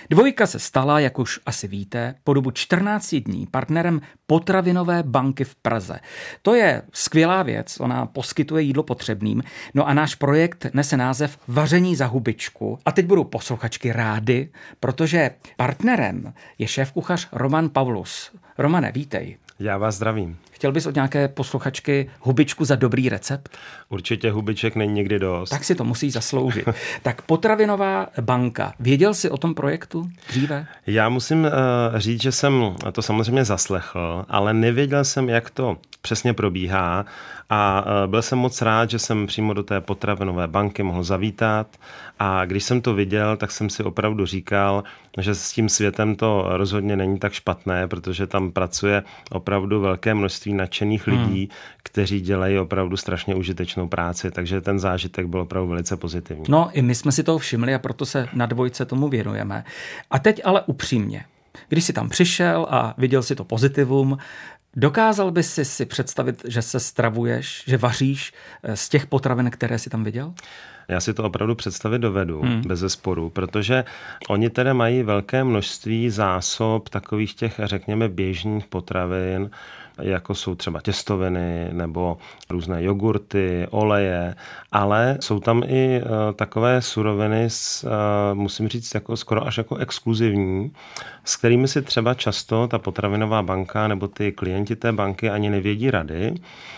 Dvojka se stala, jak už asi víte, po dobu 14 dní partnerem Potravinové banky v Praze. To je skvělá věc, ona poskytuje jídlo potřebným. No a náš projekt nese název Vaření za hubičku. A teď budou posluchačky rády, protože partnerem je šéfkuchař Roman Paulus. Romane, vítej. Já vás zdravím. Chtěl bys od nějaké posluchačky hubičku za dobrý recept? Určitě hubiček není nikdy dost. Tak si to musí zasloužit. Tak Potravinová banka. Věděl jsi o tom projektu dříve? Já musím říct, že jsem to samozřejmě zaslechl, ale nevěděl jsem, jak to přesně probíhá a byl jsem moc rád, že jsem přímo do té Potravinové banky mohl zavítat a když jsem to viděl, tak jsem si opravdu říkal, že s tím světem to rozhodně není tak špatné, protože tam pracuje opravdu velké množství nadšených lidí, kteří dělají opravdu strašně užitečnou práci, takže ten zážitek byl opravdu velice pozitivní. No, i my jsme si toho všimli a proto se na Dvojce tomu věnujeme. A teď ale upřímně, když jsi tam přišel a viděl si to pozitivum, dokázal bys si představit, že se stravuješ, že vaříš z těch potravin, které jsi tam viděl? Já si to opravdu představit dovedu, bezesporu, protože oni tedy mají velké množství zásob takových těch, řekněme, běžných potravin, jako jsou třeba těstoviny nebo různé jogurty, oleje, ale jsou tam i takové suroviny, musím říct, jako skoro až jako exkluzivní, s kterými si třeba často ta Potravinová banka nebo ty klienti té banky ani nevědí rady.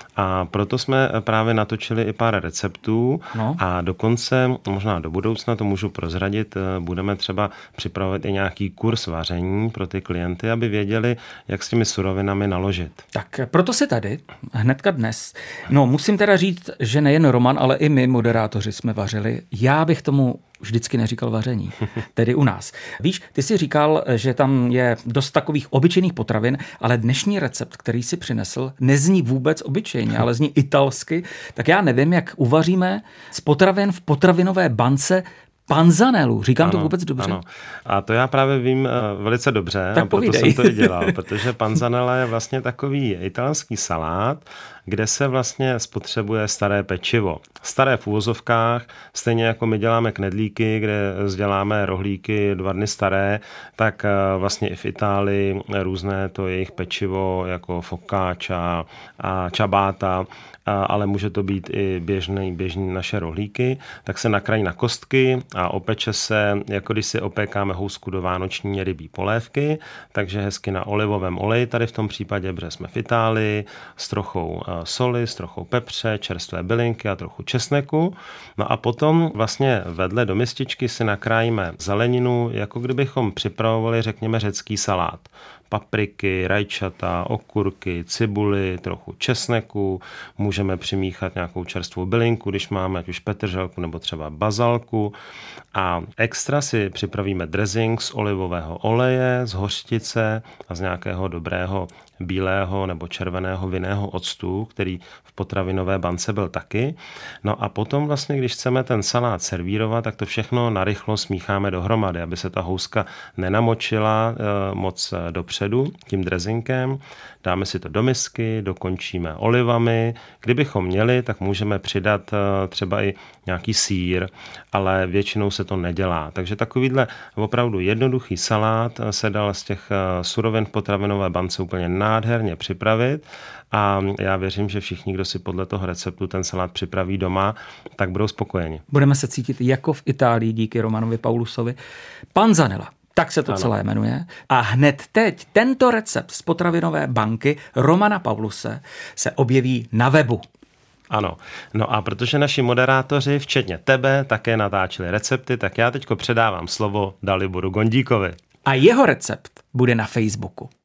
A proto jsme právě natočili i pár receptů a dokonce, možná do budoucna to můžu prozradit, budeme třeba připravovat i nějaký kurz vaření pro ty klienty, aby věděli, jak s těmi surovinami naložit. Tak proto si tady, hnedka dnes. No, musím teda říct, že nejen Roman, ale i my, moderátoři, jsme vařili. Já bych tomu vždycky neříkal vaření, tedy u nás. Víš, ty jsi říkal, že tam je dost takových obyčejných potravin, ale dnešní recept, který si přinesl, nezní vůbec obyčejně, ale zní italsky. Tak já nevím, jak uvaříme z potravin v potravinové bance panzanelu. Říkám to vůbec dobře? Ano. A to já právě vím velice dobře, tak a proto povídej. jsem to i dělal, protože panzanella je vlastně takový italský salát, kde se vlastně spotřebuje staré pečivo. Staré v uvozovkách, stejně jako my děláme knedlíky, kde děláme rohlíky 2 dny staré, tak vlastně i v Itálii různé to jejich pečivo jako focaccia a ciabatta, ale může to být i běžný naše rohlíky, tak se nakrájí na kostky a opeče se, jako když si opékáme housku do vánoční rybí polévky, takže hezky na olivovém oleji, tady v tom případě, protože jsme v Itálii, s trochou soli, s trochou pepře, čerstvé bylinky a trochu česneku. No a potom vlastně vedle do mističky si nakrájíme zeleninu, jako kdybychom připravovali, řekněme, řecký salát. Papriky, rajčata, okurky, cibuli, trochu česneku, můžeme přimíchat nějakou čerstvou bylinku, když máme ať už petrželku nebo třeba bazalku. A extra si připravíme dressing z olivového oleje, z hořčice a z nějakého dobrého bílého nebo červeného vinného octu, který v Potravinové bance byl taky. No a potom vlastně, když chceme ten salát servírovat, tak to všechno narychlo smícháme dohromady, aby se ta houska nenamočila moc dopředu tím dressingem. Dáme si to do misky, dokončíme olivami. Kdybychom měli, tak můžeme přidat třeba i nějaký sýr, ale většinou se to nedělá. Takže takovýhle opravdu jednoduchý salát se dal z těch surovin v Potravinové bance úplně nádherně připravit a já věřím, že všichni, kdo si podle toho receptu ten salát připraví doma, tak budou spokojeni. Budeme se cítit jako v Itálii díky Romanovi Paulusovi. Panzanella. Tak se to celé jmenuje. A hned teď tento recept z Potravinové banky Romana Pauluse se objeví na webu. Ano. No a protože naši moderátoři, včetně tebe, také natáčeli recepty, tak já teďko předávám slovo Daliboru Gondíkovi. A jeho recept bude na Facebooku.